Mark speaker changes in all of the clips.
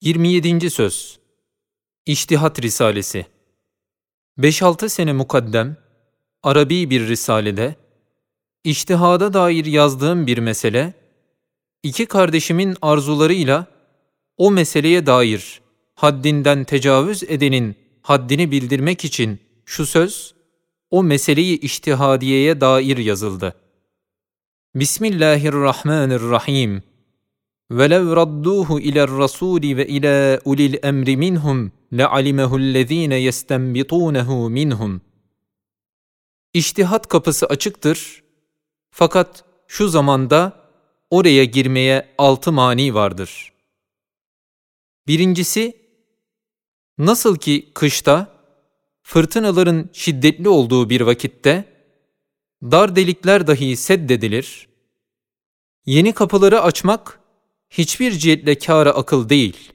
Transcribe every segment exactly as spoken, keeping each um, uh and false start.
Speaker 1: yirmi yedinci Söz. İçtihat Risalesi. beş altı sene mukaddem, Arabi bir risalede, içtihada dair yazdığım bir mesele, iki kardeşimin arzularıyla o meseleye dair haddinden tecavüz edenin haddini bildirmek için şu söz, o meseleyi içtihadiyeye dair yazıldı. Bismillahirrahmanirrahim. وَلَوْ رَدُّوهُ إِلَى الرَّسُولِ وَإِلَى أُولِي الْأَمْرِ مِنْهُمْ لَعَلِمَهُ الَّذ۪ينَ يَسْتَنْبِطُونَهُ مِنْهُمْ. İçtihat kapısı açıktır, fakat şu zamanda oraya girmeye altı mani vardır. Birincisi, nasıl ki kışta, fırtınaların şiddetli olduğu bir vakitte, dar delikler dahi seddedilir, yeni kapıları açmak, hiçbir cihetle kâra akıl değil.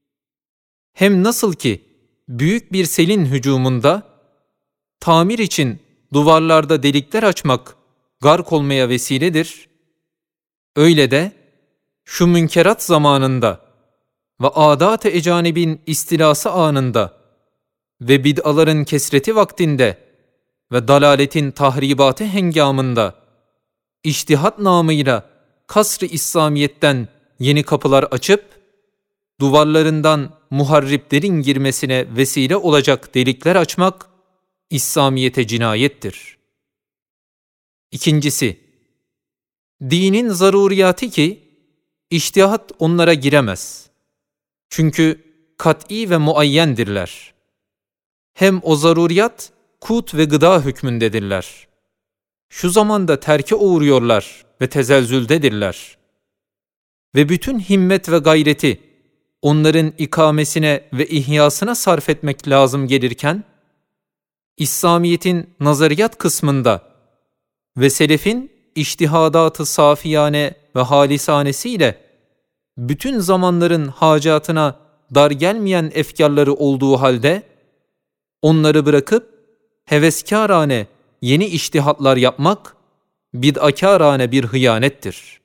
Speaker 1: Hem nasıl ki büyük bir selin hücumunda tamir için duvarlarda delikler açmak gark olmaya vesiledir, öyle de şu münkerat zamanında ve âdât-ı ecanibin istilası anında ve bid'aların kesreti vaktinde ve dalaletin tahribatı hengamında içtihat namıyla kasr-ı İslamiyet'ten yeni kapılar açıp, duvarlarından muharriplerin girmesine vesile olacak delikler açmak, İslamiyet'e cinayettir. İkincisi, dinin zaruriyatı ki, içtihat onlara giremez. Çünkü kat'i ve muayyendirler. Hem o zaruriyat, kut ve gıda hükmündedirler. Şu zamanda terke uğruyorlar ve tezelzüldedirler. Ve bütün himmet ve gayreti onların ikamesine ve ihyasına sarf etmek lazım gelirken, İslamiyet'in nazariyat kısmında ve selefin içtihadat-ı safiyane ve halisanesiyle bütün zamanların hacatına dar gelmeyen efkarları olduğu halde, onları bırakıp heveskârane yeni içtihatlar yapmak, bid'akârane bir hıyanettir.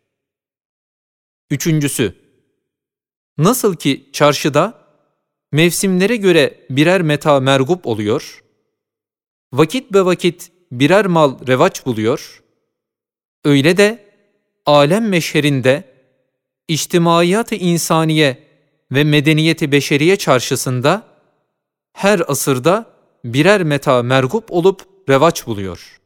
Speaker 1: Üçüncüsü, nasıl ki çarşıda mevsimlere göre birer meta mergup oluyor, vakit be vakit birer mal revaç buluyor, öyle de alem meşherinde içtimaiyat-ı insaniye ve medeniyeti beşeriye çarşısında her asırda birer meta mergup olup revaç buluyor.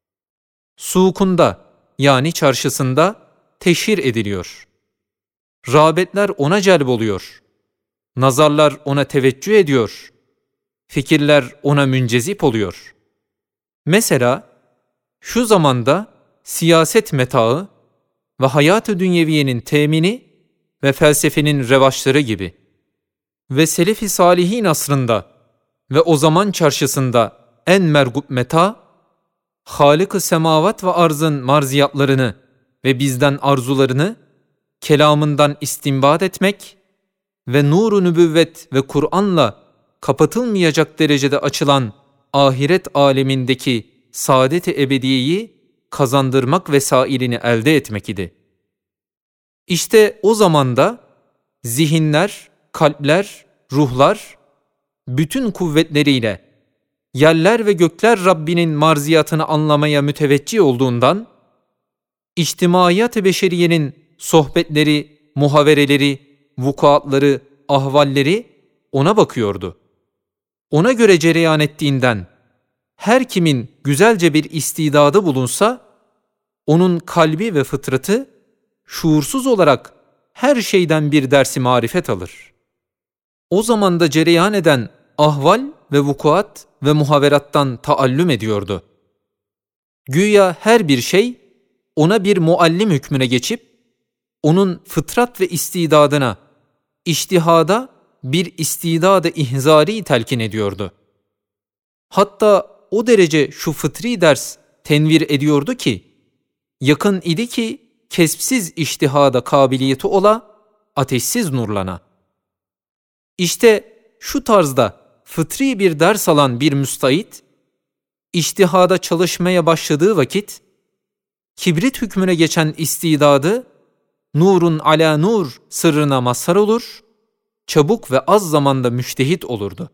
Speaker 1: Sukunda yani çarşısında teşhir ediliyor. Rağbetler ona celb oluyor. Nazarlar ona teveccüh ediyor. Fikirler ona müncezip oluyor. Mesela şu zamanda siyaset metaı ve hayat-ı dünyeviyenin temini ve felsefenin revaçları gibi ve selef-i salihin asrında ve o zaman çarşısında en mergup meta, Hâlik-ı semavat ve arzın marziyatlarını ve bizden arzularını kelamından istinbat etmek ve nur-u nübüvvet ve Kur'an'la kapatılmayacak derecede açılan ahiret alemindeki saadet-i ebediyeyi kazandırmak vesailini elde etmek idi. İşte o zamanda zihinler, kalpler, ruhlar bütün kuvvetleriyle yerler ve gökler Rabbinin marziyatını anlamaya müteveccih olduğundan, içtimaiyat-ı beşeriyenin sohbetleri, muhavereleri, vukuatları, ahvalleri ona bakıyordu. Ona göre cereyan ettiğinden, her kimin güzelce bir istidadı bulunsa, onun kalbi ve fıtratı, şuursuz olarak her şeyden bir dersi marifet alır. O zamanda cereyan eden ahval ve vukuat ve muhaverattan taallüm ediyordu. Güya her bir şey, ona bir muallim hükmüne geçip, onun fıtrat ve istidadına, içtihada bir istidad-ı ihzari telkin ediyordu. Hatta o derece şu fıtri ders tenvir ediyordu ki, yakın idi ki kespsiz içtihada kabiliyeti ola, ateşsiz nurlana. İşte şu tarzda fıtri bir ders alan bir müstahit, içtihada çalışmaya başladığı vakit, kibrit hükmüne geçen istidadı, nurun ala nur sırrına mazhar olur çabuk ve az zamanda müştehit olurdu.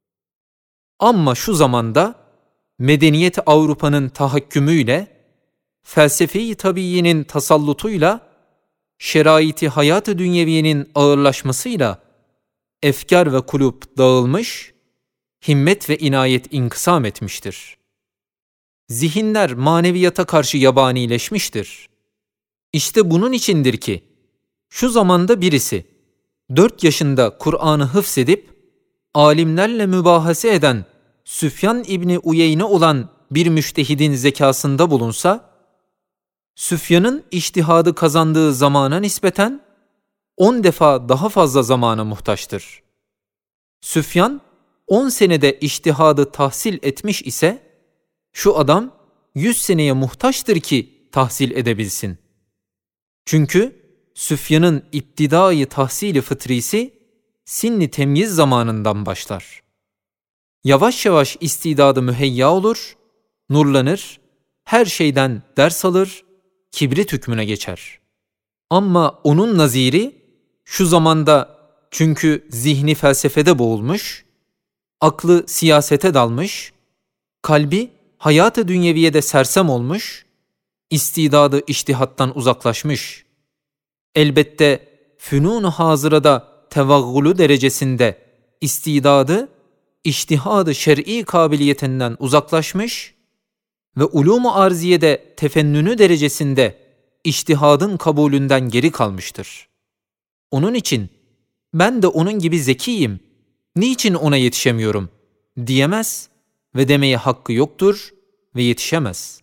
Speaker 1: Ama şu zamanda medeniyet Avrupa'nın tahakkümüyle, felsefe-i tabiinin tasallutuyla, şerait-i hayat-ı dünyeviyenin ağırlaşmasıyla efkar ve kulüp dağılmış, himmet ve inayet inkısam etmiştir. Zihinler maneviyata karşı yabanileşmiştir. İşte bunun içindir ki, şu zamanda birisi, dört yaşında Kur'an'ı hıfzedip, alimlerle mübahase eden Süfyan İbni Uyeyne olan bir müştehidin zekasında bulunsa, Süfyan'ın içtihadı kazandığı zamana nispeten on defa daha fazla zamana muhtaçtır. Süfyan on senede içtihadı tahsil etmiş ise, şu adam yüz seneye muhtaçtır ki tahsil edebilsin. Çünkü Süfyan'ın iptidai tahsili fıtrisi sinni temyiz zamanından başlar. Yavaş yavaş istidadı müheyya olur, nurlanır, her şeyden ders alır, kibrit hükmüne geçer. Ama onun naziri şu zamanda, çünkü zihni felsefede boğulmuş, aklı siyasete dalmış, kalbi hayat-ı dünyeviyede sersem olmuş, istidadı içtihattan uzaklaşmış. Elbette fünun-u hazırada tevaggulu derecesinde istidadı, içtihadı şer'i kabiliyetinden uzaklaşmış ve ulûm-u arziyede tefennünü derecesinde içtihadın kabulünden geri kalmıştır. Onun için ben de onun gibi zekiyim, niçin ona yetişemiyorum diyemez ve demeye hakkı yoktur ve yetişemez.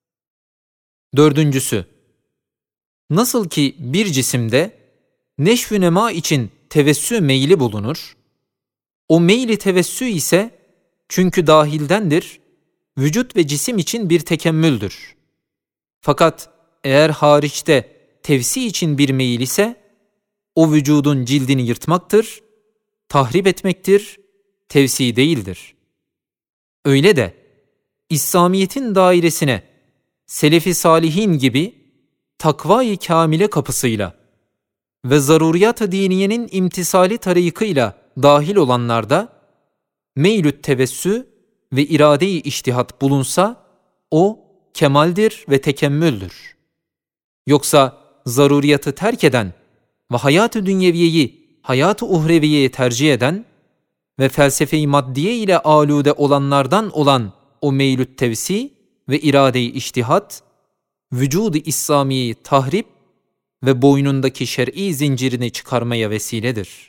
Speaker 1: Dördüncüsü, nasıl ki bir cisimde neşv-ü nema için tevessü meyli bulunur, o meyli tevessü ise çünkü dahildendir, vücut ve cisim için bir tekemmüldür. Fakat eğer hariçte tevsi için bir meyil ise, o vücudun cildini yırtmaktır, tahrip etmektir, tevsi değildir. Öyle de İslamiyet'in dairesine Selefi Salihin gibi takva-i kamile kapısıyla ve zaruriyat-ı diniyenin imtisali tarikıyla dahil olanlarda meylü't tevessü ve irade-i içtihat bulunsa, o kemaldir ve tekemmüldür. Yoksa zaruriyatı terk eden ve hayat-ı dünyeviyeyi hayat-ı uhreviyeye tercih eden ve felsefe-i maddiye ile alude olanlardan olan o meylü't tevsi ve irade-i içtihat, vücud-u İslamiyeyi tahrip ve boynundaki şer'i zincirini çıkarmaya vesiledir.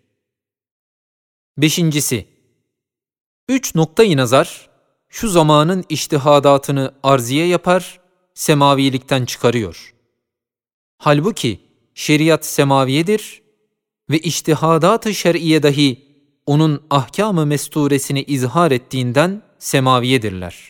Speaker 1: Beşincisi, üç noktayı nazar, şu zamanın içtihadatını arziye yapar, semavilikten çıkarıyor. Halbuki şeriat semaviyedir ve içtihadat-ı şer'iye dahi onun ahkam-ı mesturesini izhar ettiğinden semaviyedirler.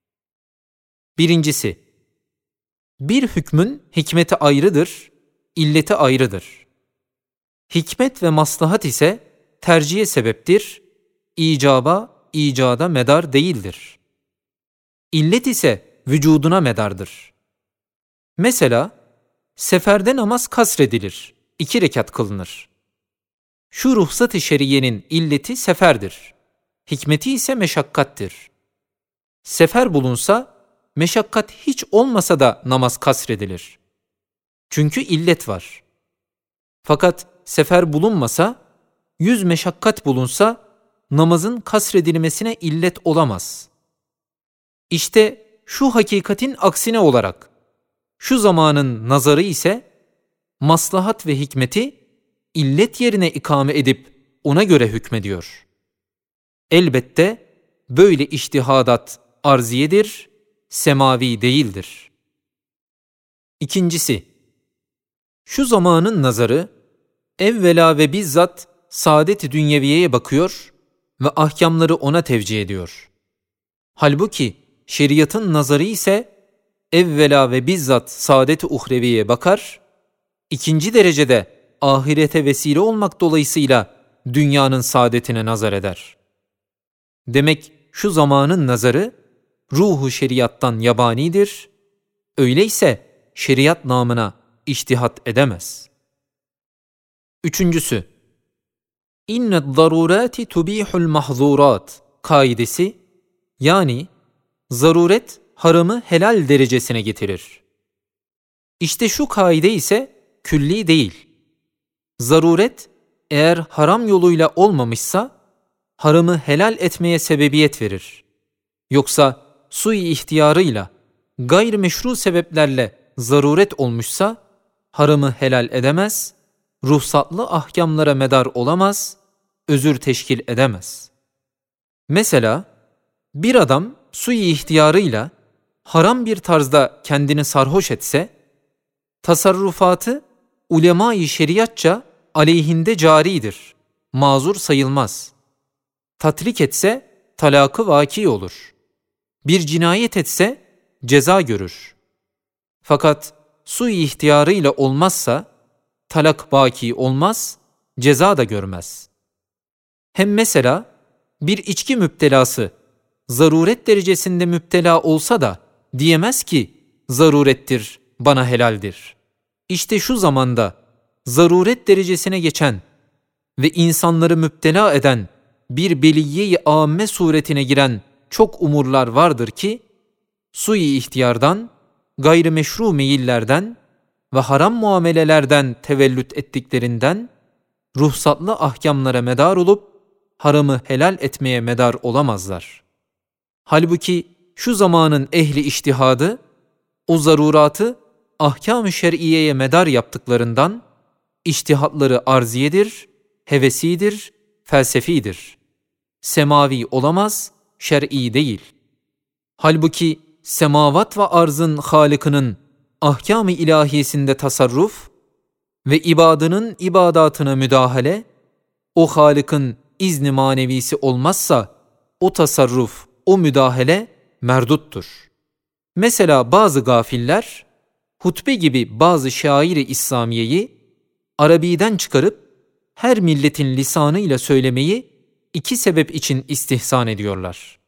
Speaker 1: Birincisi, bir hükmün hikmeti ayrıdır, illeti ayrıdır. Hikmet ve maslahat ise tercihe sebeptir, icaba, icada medar değildir. İllet ise vücuduna medardır. Mesela, seferde namaz kasredilir, iki rekat kılınır. Şu ruhsat-ı şeriyenin illeti seferdir, hikmeti ise meşakkattir. Sefer bulunsa, meşakkat hiç olmasa da namaz kasredilir. Çünkü illet var. Fakat sefer bulunmasa, yüz meşakkat bulunsa, namazın kasredilmesine illet olamaz. İşte şu hakikatin aksine olarak, şu zamanın nazarı ise, maslahat ve hikmeti illet yerine ikame edip ona göre hükmediyor. Elbette böyle içtihadat arziyedir, semavi değildir. İkincisi, şu zamanın nazarı evvela ve bizzat saadet-i dünyeviyeye bakıyor ve ahkamları ona tevcih ediyor. Halbuki şeriatın nazarı ise evvela ve bizzat saadet-i uhreviyeye bakar, ikinci derecede ahirete vesile olmak dolayısıyla dünyanın saadetine nazar eder. Demek şu zamanın nazarı ruhu şeriattan yabanidir, öyleyse şeriat namına içtihat edemez. Üçüncüsü, İnne darurati tubihul mahzurat kaidesi, yani zaruret haramı helal derecesine getirir. İşte şu kaide ise külli değil. Zaruret eğer haram yoluyla olmamışsa haramı helal etmeye sebebiyet verir. Yoksa sui ihtiyarıyla gayrimeşru sebeplerle zaruret olmuşsa haramı helal edemez, ruhsatlı ahkamlara medar olamaz, özür teşkil edemez. Mesela bir adam sui ihtiyarıyla haram bir tarzda kendini sarhoş etse, tasarrufatı ulema-i şeriatça aleyhinde caridir, mazur sayılmaz. Tatrik etse talakı vaki olur. Bir cinayet etse ceza görür. Fakat sui ihtiyarıyla olmazsa talak vaki olmaz, ceza da görmez. Hem mesela bir içki müptelası zaruret derecesinde müptela olsa da diyemez ki zarurettir, bana helaldir. İşte şu zamanda zaruret derecesine geçen ve insanları müptela eden bir beliyye-i âmme suretine giren çok umurlar vardır ki, sui ihtiyardan, gayrimeşru meyillerden ve haram muamelelerden tevellüt ettiklerinden, ruhsatlı ahkamlara medar olup, haramı helal etmeye medar olamazlar. Halbuki şu zamanın ehli içtihadı, o zaruratı ahkam-ı şer'iyeye medar yaptıklarından, içtihatları arziyedir, hevesidir, felsefidir. Semavi olamaz, şer'i değil. Halbuki semavat ve arzın Halık'ının ahkam-ı ilahiyesinde tasarruf ve ibadının ibadatına müdahale, o Halık'ın izni manevisi olmazsa o tasarruf, o müdahale merduttur. Mesela bazı gafiller, hutbe gibi bazı şair-i İslamiyeyi Arabi'den çıkarıp her milletin lisanıyla söylemeyi iki sebep için istihsan ediyorlar.